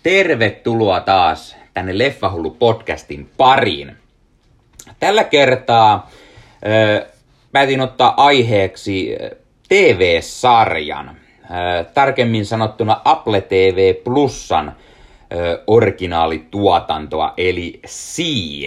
Tervetuloa taas tänne Leffahullu-podcastin pariin. Tällä kertaa päätin ottaa aiheeksi TV-sarjan, tarkemmin sanottuna Apple TV Plusan originaalituotantoa, eli See.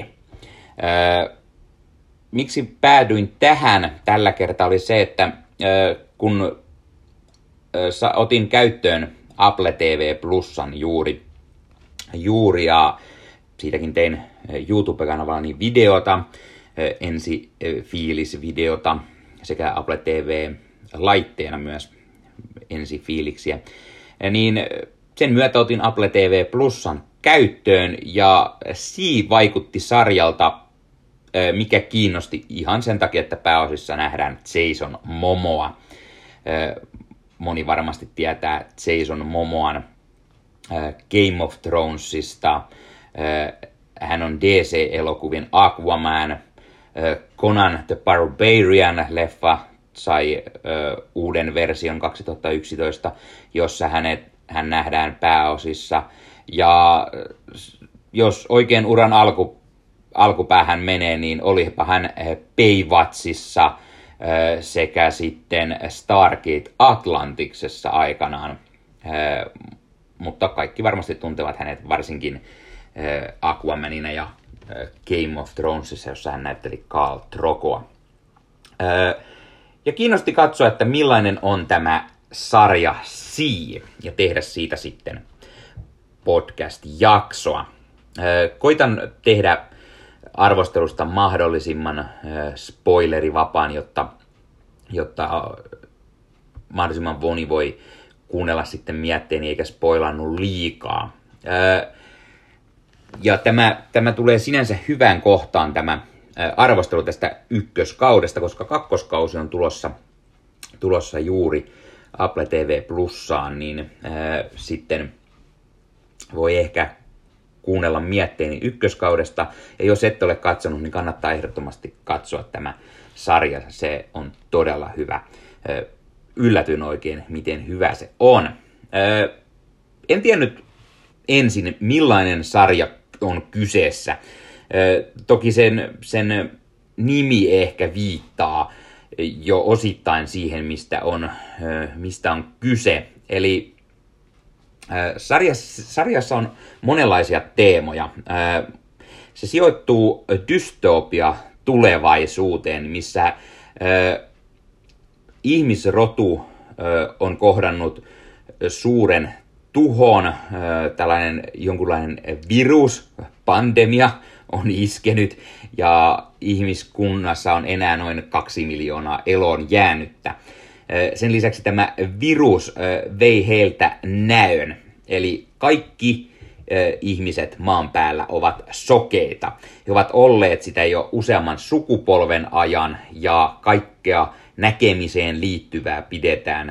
Miksi päädyin tähän tällä kertaa oli se, että kun otin käyttöön Apple TV Plusan juuri ja siitäkin tein YouTube-kanavallani videota, ensifiilisvideota sekä Apple TV-laitteena myös ensifiiliksiä, niin sen myötä otin Apple TV Plusan käyttöön ja See vaikutti sarjalta, mikä kiinnosti ihan sen takia, että pääosissa nähdään Jason Momoa. Moni varmasti tietää Jason Momoan Game of Thronesista. Hän on DC-elokuvien Aquaman. Conan the Barbarian-leffa sai uuden version 2011, jossa hän nähdään pääosissa. Ja jos oikein uran alkupäähän menee, niin olipa hän Baywatchissa sekä sitten Stargate Atlanticsessa aikanaan. Mutta kaikki varmasti tuntevat hänet varsinkin Aquamanina ja Game of Thronesissa, jossa hän näytteli Khal Drogoa. Ja kiinnosti katsoa, että millainen on tämä sarja See, ja tehdä siitä sitten podcast-jaksoa. Koitan tehdä arvostelusta mahdollisimman spoilerivapaan, jotta mahdollisimman moni voi kuunnella sitten mietteeni eikä spoilannut liikaa. Ja tämä tulee sinänsä hyvään kohtaan tämä arvostelu tästä ykköskaudesta, koska kakkoskausi on tulossa juuri Apple TV Plusaan, niin sitten voi ehkä kuunnella mietteeni ykköskaudesta. Ja jos et ole katsonut, niin kannattaa ehdottomasti katsoa tämä sarja. Se on todella hyvä. Yllätyin oikein, miten hyvä se on. En tiennyt ensin, millainen sarja on kyseessä. Toki sen nimi ehkä viittaa jo osittain siihen, mistä on kyse. Eli sarjassa on monenlaisia teemoja. Se sijoittuu dystopia-tulevaisuuteen, missä ihmisrotu on kohdannut suuren tuhon, tällainen jonkunlainen virus, pandemia on iskenyt ja ihmiskunnassa on enää noin 2 miljoonaa eloon jäänyttä. Sen lisäksi tämä virus vei heiltä näön, eli kaikki ihmiset maan päällä ovat sokeita. He ovat olleet sitä jo useamman sukupolven ajan ja kaikkea näkemiseen liittyvää pidetään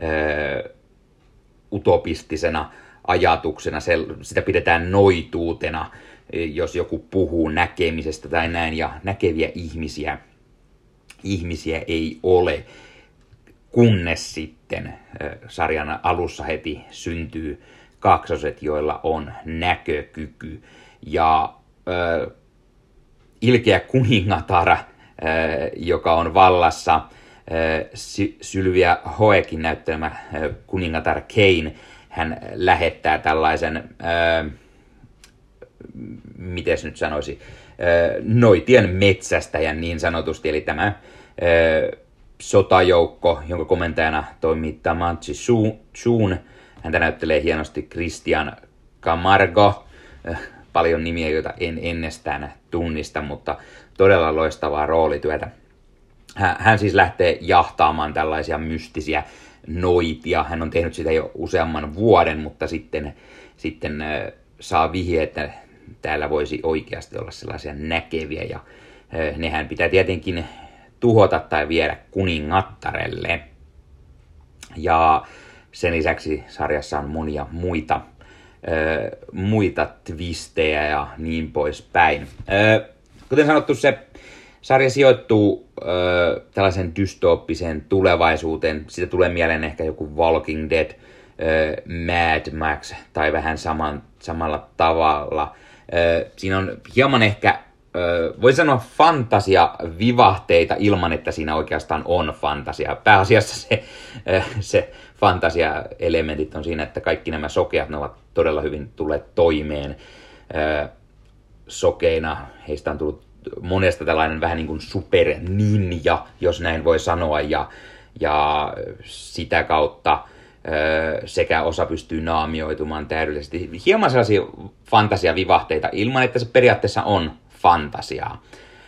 utopistisena ajatuksena, sitä pidetään noituutena, jos joku puhuu näkemisestä tai näin, ja näkeviä ihmisiä ei ole, kunnes sitten sarjan alussa heti syntyy kaksoset, joilla on näkökyky, ja ilkeä kuningatar, joka on vallassa, Sylvia Hoekin näyttelemä kuningatar Kane, hän lähettää tällaisen, miten nyt sanoisi, noitien metsästäjän niin sanotusti, eli tämä sotajoukko, jonka komentajana toimii Tamachi Shun, häntä näyttelee hienosti Christian Camargo, paljon nimiä, joita en ennestään tunnista, mutta todella loistavaa roolityötä. Hän siis lähtee jahtaamaan tällaisia mystisiä noitia. Hän on tehnyt sitä jo useamman vuoden, mutta sitten saa vihje, että täällä voisi oikeasti olla sellaisia näkeviä. Ja nehän pitää tietenkin tuhota tai viedä kuningattarelle. Ja sen lisäksi sarjassa on monia muita twistejä ja niin poispäin. Kuten sanottu, se sarja sijoittuu tällaisen dystooppiseen tulevaisuuteen. Siitä tulee mieleen ehkä joku Walking Dead Mad Max tai vähän samalla tavalla. Siinä on hieman ehkä, voi sanoa fantasia-vivahteita ilman, että siinä oikeastaan on fantasia. Pääasiassa se fantasia-elementit on siinä, että kaikki nämä sokeat, ne ovat todella hyvin tulleet toimeen sokeina. Heistä on tullut monesta tällainen vähän niin kuin super ninja, jos näin voi sanoa, ja sitä kautta sekä osa pystyy naamioitumaan täydellisesti. Hieman sellaisia fantasiavivahteita ilman, että se periaatteessa on fantasiaa.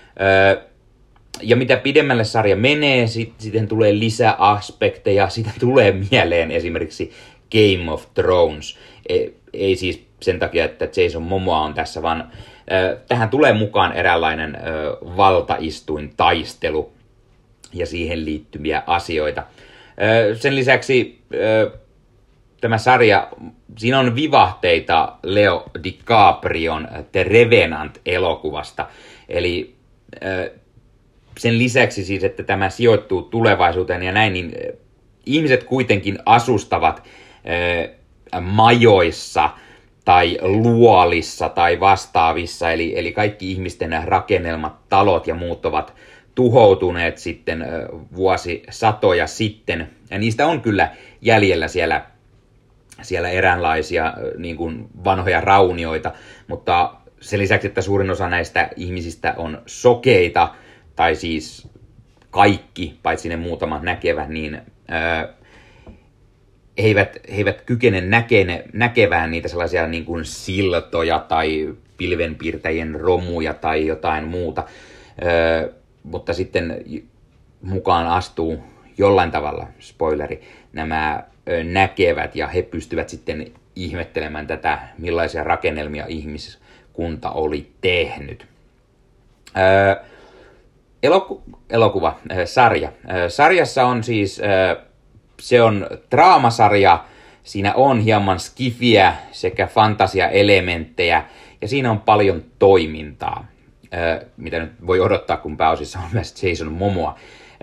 Ja mitä pidemmälle sarja menee, sitten tulee lisäaspekteja. Siitä tulee mieleen esimerkiksi Game of Thrones. Ei siis sen takia, että Jason Momoa on tässä, vaan tähän tulee mukaan eräänlainen valtaistuintaistelu ja siihen liittyviä asioita. Sen lisäksi tämä sarja, siinä on vivahteita Leo DiCaprion The Revenant-elokuvasta. Eli sen lisäksi siis, että tämä sijoittuu tulevaisuuteen ja näin, niin ihmiset kuitenkin asustavat majoissa tai luolissa tai vastaavissa. Eli kaikki ihmisten rakennelmat, talot ja muut ovat tuhoutuneet sitten vuosisatoja sitten. Ja niistä on kyllä jäljellä siellä eräänlaisia niin kuin vanhoja raunioita, mutta sen lisäksi, että suurin osa näistä ihmisistä on sokeita, tai siis kaikki, paitsi ne muutamat näkevät, niin he eivät kykene näkevään niitä sellaisia niin kuin siltoja tai pilvenpiirtäjien romuja tai jotain muuta. Mutta sitten mukaan astuu jollain tavalla, spoileri, nämä näkevät ja he pystyvät sitten ihmettelemään tätä, millaisia rakennelmia ihmiskunta oli tehnyt. Sarja. Sarjassa on siis, se on draamasarja, siinä on hieman skifiä sekä fantasiaelementtejä ja siinä on paljon toimintaa. Mitä nyt voi odottaa, kun pääosissa on myös Jason Momoa.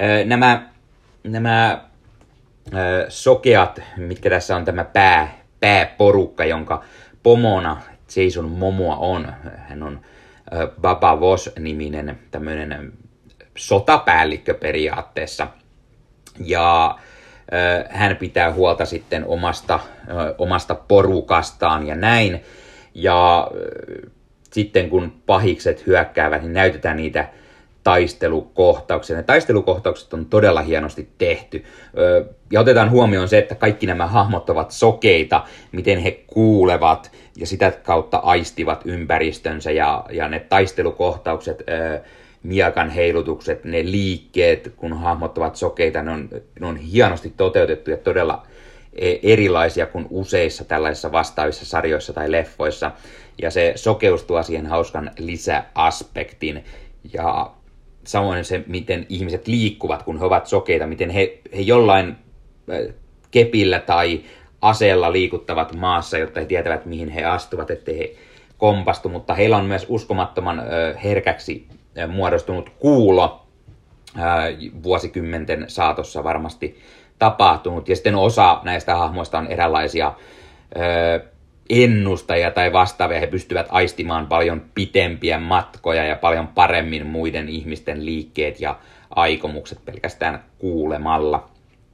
Nämä sokeat, mitkä tässä on tämä pääporukka, jonka pomona Jason Momoa on. Hän on Baba Voss-niminen tämmöinen sotapäällikkö periaatteessa. Ja hän pitää huolta sitten omasta porukastaan ja näin. Ja sitten kun pahikset hyökkäävät, niin näytetään niitä taistelukohtauksia. Ne taistelukohtaukset on todella hienosti tehty. Ja otetaan huomioon se, että kaikki nämä hahmot ovat sokeita, miten he kuulevat ja sitä kautta aistivat ympäristönsä. Ja ne taistelukohtaukset, miakan heilutukset, ne liikkeet, kun hahmot ovat sokeita, ne on hienosti toteutettu ja todella erilaisia kuin useissa tällaisissa vastaavissa sarjoissa tai leffoissa. Ja se sokeus tuo siihen hauskan lisäaspektin. Ja samoin se, miten ihmiset liikkuvat, kun he ovat sokeita, miten he jollain kepillä tai aseella liikuttavat maassa, jotta he tietävät, mihin he astuvat, ettei he kompastu. Mutta heillä on myös uskomattoman herkäksi muodostunut kuulo, vuosikymmenten saatossa varmasti tapahtunut. Ja sitten osa näistä hahmoista on eräänlaisia ennustajia tai vastaavia. He pystyvät aistimaan paljon pitempiä matkoja ja paljon paremmin muiden ihmisten liikkeet ja aikomukset pelkästään kuulemalla.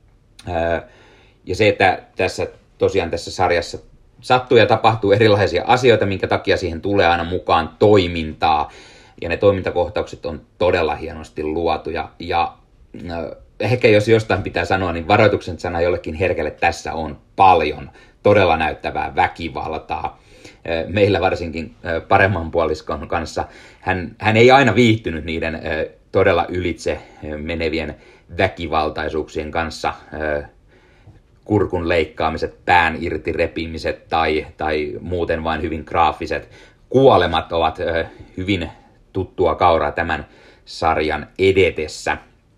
Ja se, että tässä sarjassa sattuu ja tapahtuu erilaisia asioita, minkä takia siihen tulee aina mukaan toimintaa. Ja ne toimintakohtaukset on todella hienosti luotu. Ja ehkä jos jostain pitää sanoa, niin varoituksen sana jollekin herkälle tässä on paljon todella näyttävää väkivaltaa. Meillä varsinkin paremman puoliskon kanssa hän ei aina viihtynyt niiden todella ylitse menevien väkivaltaisuuksien kanssa. Kurkun leikkaamiset, pään irti repimiset tai muuten vain hyvin graafiset kuolemat ovat hyvin tuttua kauraa tämän sarjan edetessä.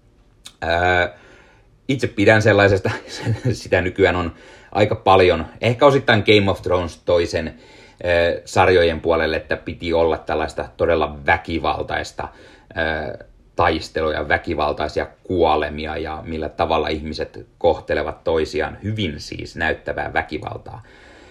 Itse pidän sellaisesta, sitä nykyään on aika paljon. Ehkä osittain Game of Thrones toisen sarjojen puolelle, että piti olla tällaista todella väkivaltaista taisteluja, väkivaltaisia kuolemia ja millä tavalla ihmiset kohtelevat toisiaan, hyvin siis näyttävää väkivaltaa.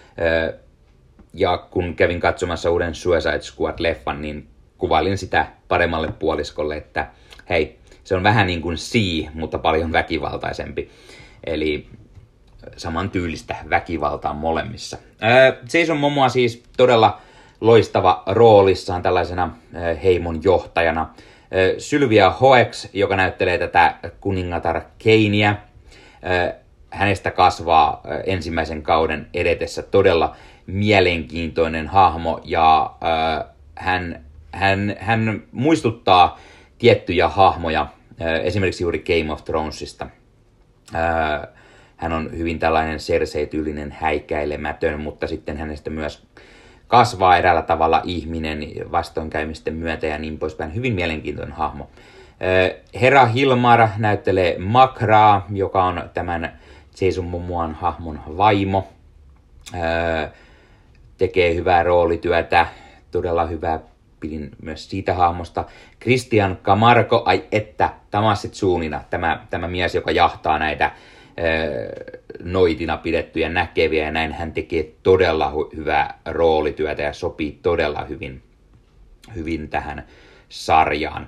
Ja kun kävin katsomassa uuden Suicide Squad-leffan, niin kuvailin sitä paremmalle puoliskolle, että hei, se on vähän niin kuin mutta paljon väkivaltaisempi. Eli samantyylistä väkivaltaa molemmissa. Jason Momoa siis todella loistava roolissaan tällaisena heimon johtajana. Sylvia Hoeks, joka näyttelee tätä kuningatar Kanea, hänestä kasvaa ensimmäisen kauden edetessä todella mielenkiintoinen hahmo, ja hän muistuttaa tiettyjä hahmoja, esimerkiksi juuri Game of Thronesista. Hän on hyvin tällainen Cersei-tyylinen häikäilemätön, mutta sitten hänestä myös kasvaa eräällä tavalla ihminen vastoinkäymisten myötä ja niin poispäin. Hyvin mielenkiintoinen hahmo. Hera Hilmar näyttelee Makraa, joka on tämän Jason Momoan hahmon vaimo. Tekee hyvää roolityötä, todella hyvää, pidin myös siitä hahmosta. Christian Camargo, ai että, Tamassit Suunina, tämä mies, joka jahtaa näitä noitina pidettyjä näkeviä, ja näin hän tekee todella hyvää roolityötä ja sopii todella hyvin tähän sarjaan.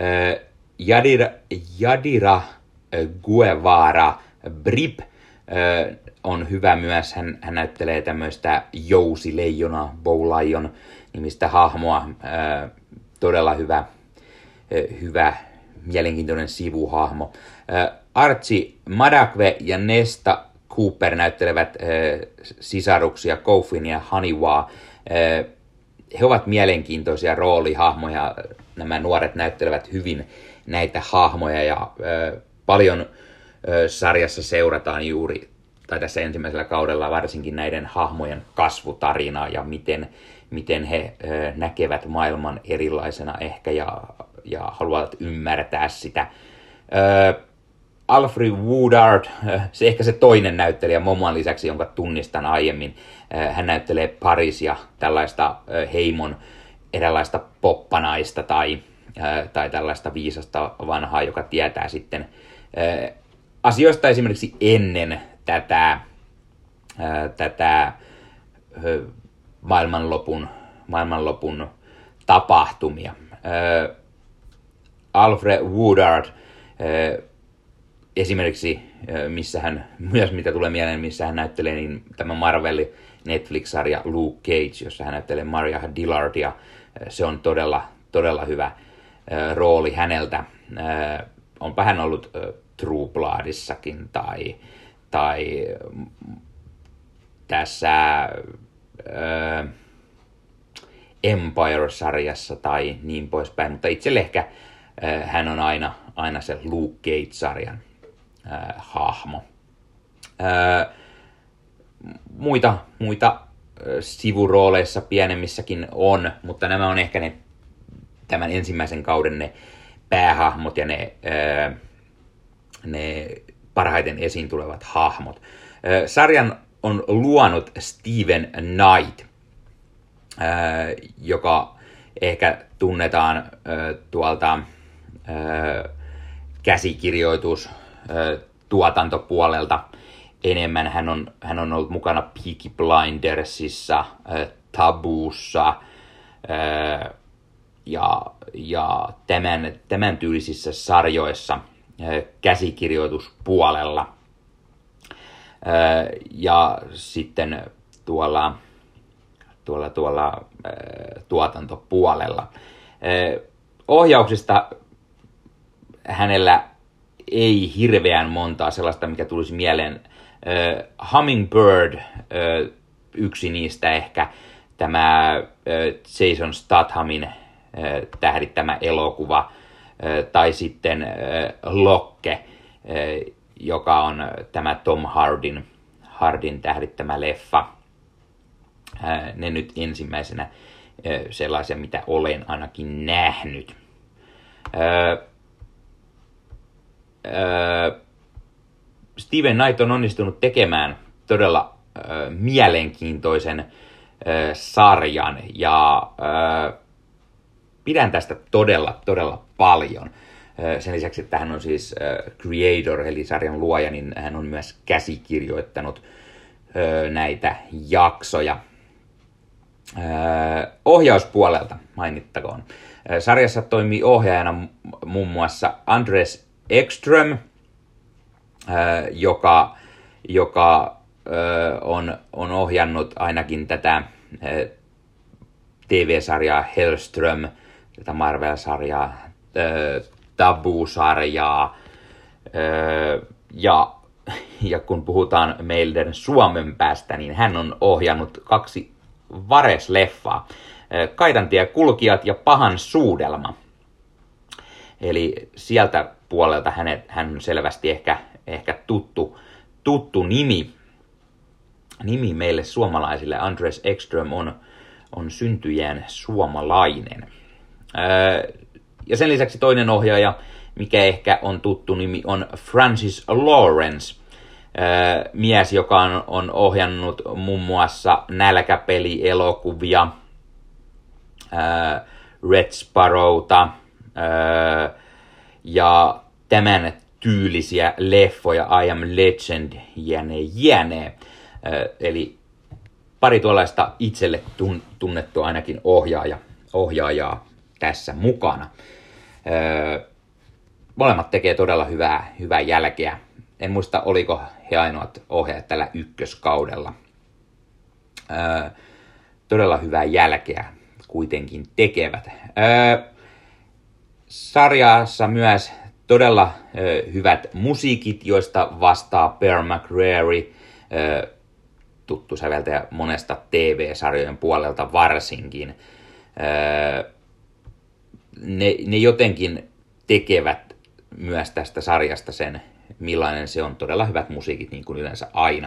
Yadira Guevara Brip on hyvä myös. Hän näyttelee tämmöistä jousileijona, Bowlion nimistä hahmoa. Todella hyvä, mielenkiintoinen sivuhahmo. Archie Madakwe ja Nesta Cooper näyttelevät sisaruksia Kofin ja Haniwa. He ovat mielenkiintoisia roolihahmoja. Nämä nuoret näyttelevät hyvin näitä hahmoja, ja paljon sarjassa seurataan juuri, tai tässä ensimmäisellä kaudella varsinkin näiden hahmojen kasvutarinaa ja miten he näkevät maailman erilaisena ehkä ja haluavat ymmärtää sitä. Alfred Woodard, se ehkä se toinen näyttelijä Momoan lisäksi, jonka tunnistan aiemmin. Hän näyttelee Parisia, tällaista heimon eräänlaista poppanaista tai tällaista viisasta vanhaa, joka tietää sitten asioista esimerkiksi ennen tätä maailmanlopun tapahtumia. Alfred Woodard esimerkiksi, missä hän, myös mitä tulee mieleen, missä hän näyttelee, niin tämä Marvel Netflix-sarja Luke Cage, jossa hän näyttelee Maria Dillardia. Se on todella hyvä rooli häneltä. Onpa hän ollut True Bloodissakin tai tässä Empire-sarjassa tai niin poispäin, mutta itselle ehkä hän on aina se Luke Cage-sarjan hahmo. Muita sivurooleissa pienemmissäkin on, mutta nämä on ehkä tämän ensimmäisen kauden ne päähahmot ja ne parhaiten esiin tulevat hahmot. Sarjan on luonut Steven Knight, joka ehkä tunnetaan tuolta käsikirjoitus tuotantopuolelta enemmän. Hän on ollut mukana Peaky Blindersissa, Tabuussa ja tämän tyylisissä sarjoissa käsikirjoituspuolella. Ja sitten tuolla tuotantopuolella. Ohjauksista hänellä ei hirveän montaa sellaista, mikä tulisi mieleen. Hummingbird, yksi niistä ehkä, tämä Jason Stathamin tähdittämä elokuva, tai sitten Locke, joka on tämä Tom Hardin tähdittämä leffa. Ne nyt ensimmäisenä sellaisia, mitä olen ainakin nähnyt. Steven Knight on onnistunut tekemään todella mielenkiintoisen sarjan, ja pidän tästä todella paljon. Sen lisäksi, että hän on siis creator, eli sarjan luoja, niin hän on myös käsikirjoittanut näitä jaksoja. Ohjauspuolelta mainittakoon. Sarjassa toimii ohjaajana muun muassa Andres Ekström, joka on ohjannut ainakin tätä TV-sarjaa Hellström, tätä Marvel-sarjaa, Tabu-sarjaa, ja kun puhutaan meidän Suomen päästä, niin hän on ohjannut 2 Vares-leffaa, Kaidantie kulkijat ja Pahan suudelma. Eli sieltä puolelta hän on selvästi ehkä tuttu nimi meille suomalaisille. Andres Ekström on syntyjään suomalainen. Ja sen lisäksi toinen ohjaaja, mikä ehkä on tuttu nimi, on Francis Lawrence. Mies, joka on ohjannut muun muassa nälkäpelielokuvia, Red Sparrowta ja tämän tyylisiä leffoja, I Am Legend, jne. Eli pari tuollaista itselle tunnettua ainakin ohjaajaa tässä mukana. Molemmat tekee todella hyvää jälkeä. En muista, oliko he ainoat ohjaajat tällä ykköskaudella. Todella hyvää jälkeä kuitenkin tekevät. Sarjassa myös todella hyvät musiikit, joista vastaa Per McCreary, tuttu säveltäjä monesta TV-sarjojen puolelta varsinkin. Ne jotenkin tekevät myös tästä sarjasta sen, millainen se on. Todella hyvät musiikit, niin kuin yleensä aina.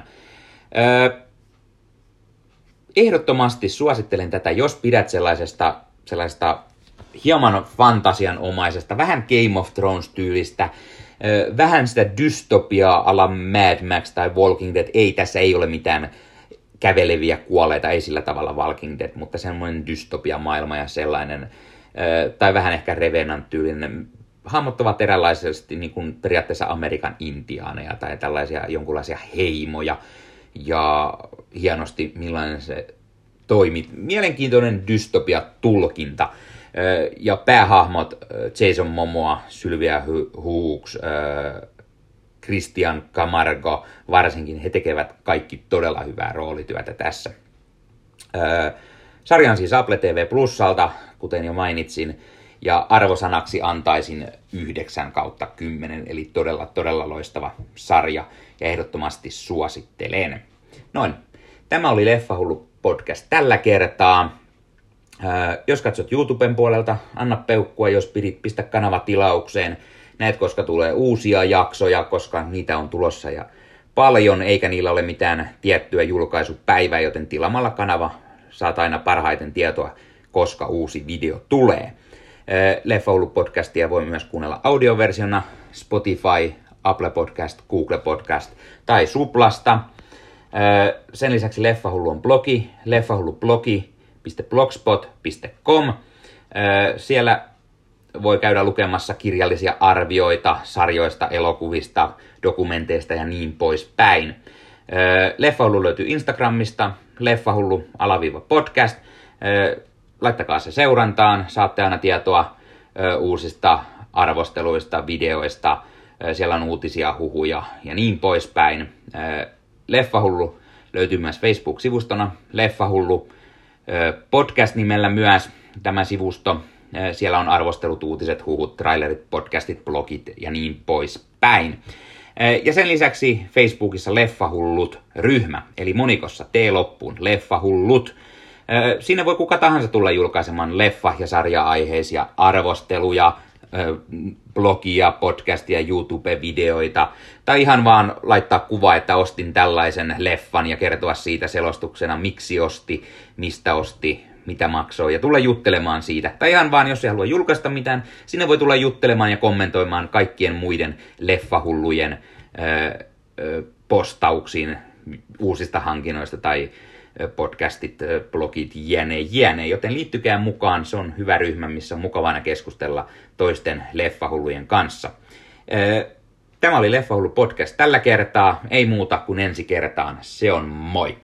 Ehdottomasti suosittelen tätä, jos pidät sellaisesta hieman fantasianomaisesta, vähän Game of Thrones-tyylistä, vähän sitä dystopiaa ala Mad Max tai Walking Dead. Tässä ei ole mitään käveleviä kuolleita, ei sillä tavalla Walking Dead, mutta semmoinen dystopia-maailma ja sellainen, tai vähän ehkä Revenant-tyylinen. Hahmot ovat eräänlaisesti niin kuin periaatteessa Amerikan intiaaneja tai tällaisia jonkinlaisia heimoja, ja hienosti millainen se toimi. Mielenkiintoinen dystopia-tulkinta. Ja päähahmot Jason Momoa, Sylvia Hughes, Christian Camargo, varsinkin he tekevät kaikki todella hyvää roolityötä tässä. Sarjan siis Apple TV Plusalta, kuten jo mainitsin, ja arvosanaksi antaisin 9/10, eli todella loistava sarja, ja ehdottomasti suosittelen. Noin, tämä oli Leffahullu podcast tällä kertaa. Jos katsot YouTuben puolelta, anna peukkua, jos pistä kanava tilaukseen. Näet, koska tulee uusia jaksoja, koska niitä on tulossa ja paljon, eikä niillä ole mitään tiettyä julkaisupäivää, joten tilaamalla kanava saat aina parhaiten tietoa, koska uusi video tulee. Leffahullu-podcastia voi myös kuunnella audioversiona Spotify, Apple Podcast, Google Podcast tai Suplasta. Sen lisäksi Leffahullu on blogi, leffahullublogi.blogspot.com. Siellä voi käydä lukemassa kirjallisia arvioita sarjoista, elokuvista, dokumenteista ja niin poispäin. Leffahullu löytyy Instagramista, leffahullu_podcast. Laittakaa se seurantaan, saatte aina tietoa uusista arvosteluista, videoista. Siellä on uutisia, huhuja ja niin poispäin. Leffahullu löytyy myös Facebook-sivustona, Leffahullu podcast-nimellä myös tämä sivusto. Siellä on arvostelut, uutiset, huhut, trailerit, podcastit, blogit ja niin poispäin. Ja sen lisäksi Facebookissa Leffahullut-ryhmä, eli monikossa T-loppuun, Leffahullut. Sinne voi kuka tahansa tulla julkaisemaan leffa- ja sarja-aiheisia arvosteluja, blogia, podcastia, YouTube-videoita, tai ihan vaan laittaa kuva, että ostin tällaisen leffan ja kertoa siitä selostuksena, miksi osti, mistä osti, mitä maksoi, ja tulla juttelemaan siitä. Tai ihan vaan, jos ei halua julkaista mitään, sinne voi tulla juttelemaan ja kommentoimaan kaikkien muiden leffahullujen postauksiin, uusista hankinnoista tai podcastit, blogit, jne. Joten liittykää mukaan, se on hyvä ryhmä, missä on mukavana keskustella toisten leffahullujen kanssa. Tämä oli Leffahullu podcast tällä kertaa, ei muuta kuin ensi kertaan, se on moi!